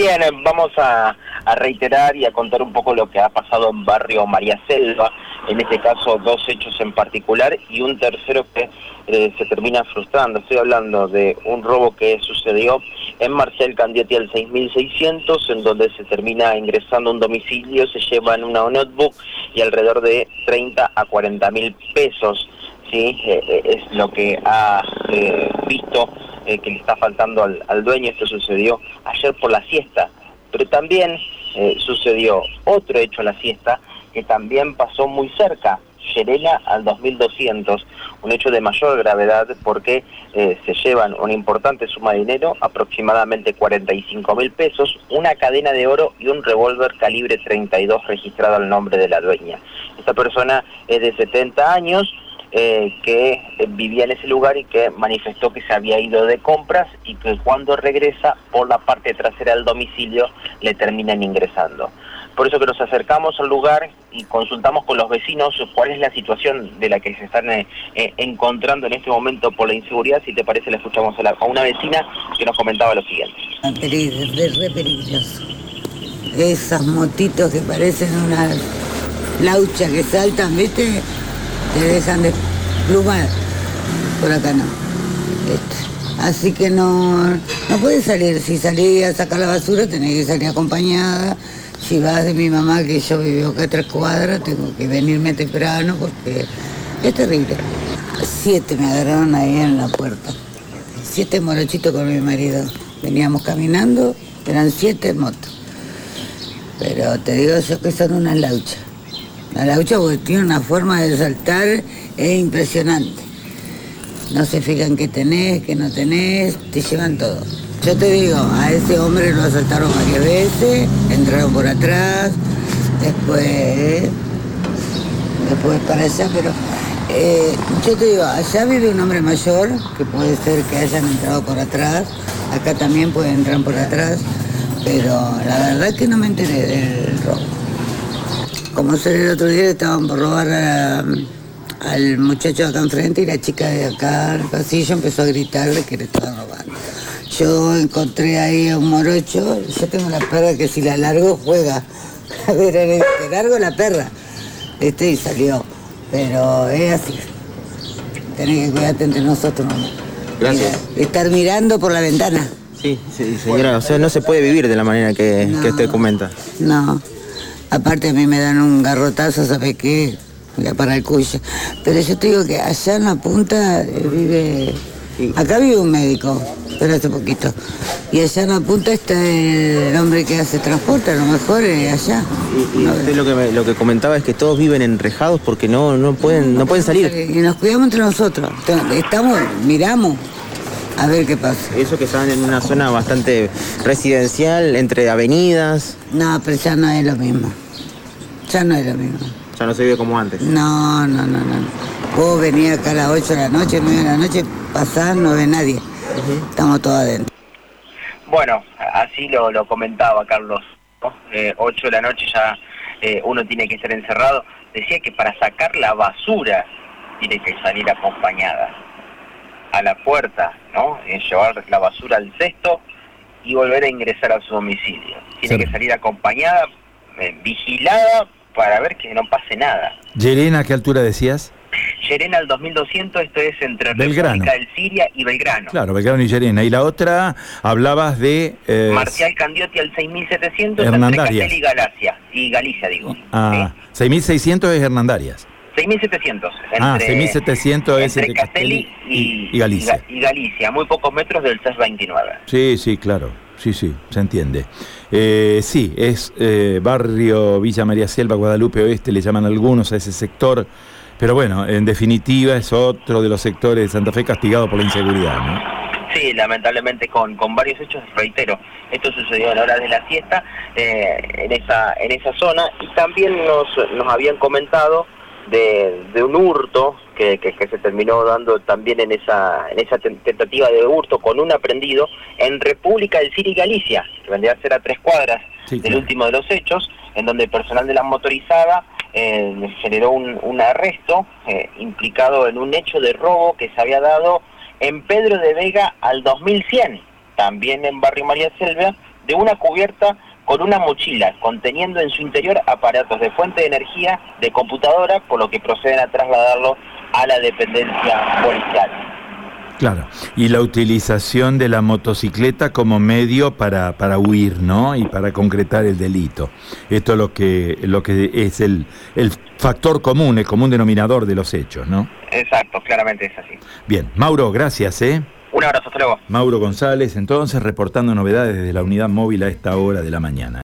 Bien, vamos a reiterar y a contar un poco lo que ha pasado en barrio María Selva, en este caso 2 hechos en particular y un tercero que se termina frustrando. Estoy hablando de un robo que sucedió en Marcial Candioti al 6600, en donde se termina ingresando a un domicilio, se llevan una notebook y alrededor de 30 a 40 mil pesos. Sí, es lo que ha visto que le está faltando al dueño. Esto sucedió ayer por la siesta, pero también sucedió otro hecho a la siesta que también pasó muy cerca, Llerena al 2200, un hecho de mayor gravedad porque se llevan una importante suma de dinero, aproximadamente 45 mil pesos, una cadena de oro y un revólver calibre 32 registrado al nombre de la dueña. Esta persona es de 70 años, que vivía en ese lugar y que manifestó que se había ido de compras y que cuando regresa por la parte trasera del domicilio le terminan ingresando. Por eso que nos acercamos al lugar y consultamos con los vecinos cuál es la situación de la que se están encontrando en este momento por la inseguridad. Si te parece, le escuchamos a una vecina que nos comentaba lo siguiente. Es re peligroso. Esas motitos que parecen unas lauchas que saltan, ¿viste? Te dejan de plumar. Por acá no. Así que no puedes salir. Si salís a sacar la basura tenés que salir acompañada. Si vas de mi mamá, que yo vivo acá a 3 cuadras, tengo que venirme temprano porque es terrible. 7 me agarraron ahí en la puerta. 7 morochitos con mi marido. Veníamos caminando, eran 7 motos. Pero te digo yo que son unas lauchas. La laucha porque tiene una forma de saltar, es impresionante. No se fijan qué tenés, qué no tenés, te llevan todo. Yo te digo, a ese hombre lo asaltaron varias veces, entraron por atrás, después para allá, pero yo te digo, allá vive un hombre mayor, que puede ser que hayan entrado por atrás, acá también pueden entrar por atrás, pero la verdad es que no me enteré del robo. Como el otro día estaban por robar al muchacho de acá enfrente y la chica de acá al pasillo empezó a gritarle que le estaban robando. Yo encontré ahí a un morocho, yo tengo la perra que si la largo juega. A ver, te largo la perra. Y salió. Pero es así. Tenés que cuidarte entre nosotros, mamá. Gracias. Estar mirando por la ventana. Sí, señora, o sea, no se puede vivir de la manera que usted comenta. No. Aparte a mí me dan un garrotazo, ¿sabes qué? Para el cuello. Pero yo te digo que allá en la punta vive... Sí. Acá vive un médico, pero hace poquito. Y allá en la punta está el hombre que hace transporte, a lo mejor allá. Y usted lo que comentaba es que todos viven enrejados porque no pueden salir. Y nos cuidamos entre nosotros. Miramos. A ver qué pasa. Eso que estaban en una zona bastante residencial, entre avenidas. No, pero ya no es lo mismo. Ya no es lo mismo. Ya no se vive como antes. No. Vos venís acá a las 8 de la noche, 9 de la noche, pasás, no ve nadie. Estamos todos adentro. Bueno, así lo comentaba Carlos, ¿no? 8 de la noche ya uno tiene que ser encerrado. Decía que para sacar la basura tiene que salir acompañada a la puerta, ¿no? Llevar la basura al cesto y volver a ingresar a su domicilio. Tiene que salir acompañada, vigilada, para ver que no pase nada. ¿Llerena a qué altura decías? Llerena al 2200, esto es entre Belgrano. República del Siria y Belgrano. Claro, Belgrano y Llerena. Y la otra, hablabas de... Marcial Candioti al 6700, Hernandarias. entre Castelli y Galicia, digo. Ah, ¿sí? 6600 es Hernandarias. 6700. 6700 es entre Castelli y Galicia. Y Galicia, a muy pocos metros del CES 29. Sí, claro. Sí, se entiende. Sí, es barrio Villa María Selva, Guadalupe Oeste, le llaman algunos a ese sector. Pero bueno, en definitiva es otro de los sectores de Santa Fe castigado por la inseguridad, ¿no? Sí, lamentablemente con varios hechos, reitero, esto sucedió a la hora de la siesta en esa zona, y también nos habían comentado de un hurto que se terminó dando también en esa tentativa de hurto con un aprendido en República del Siria y Galicia, que vendría a ser a 3 cuadras del último de los hechos, en donde el personal de la motorizada generó un arresto implicado en un hecho de robo que se había dado en Pedro de Vega al 2100, también en barrio María Selva, de una cubierta con una mochila conteniendo en su interior aparatos de fuente de energía de computadora, por lo que proceden a trasladarlo a la dependencia policial. Claro, y la utilización de la motocicleta como medio para huir, ¿no? Y para concretar el delito. Esto es lo que es el factor común, el común denominador de los hechos, ¿no? Exacto, claramente es así. Bien, Mauro, gracias, ¿eh? Un abrazo, hasta luego. Mauro González, entonces, reportando novedades desde la unidad móvil a esta hora de la mañana.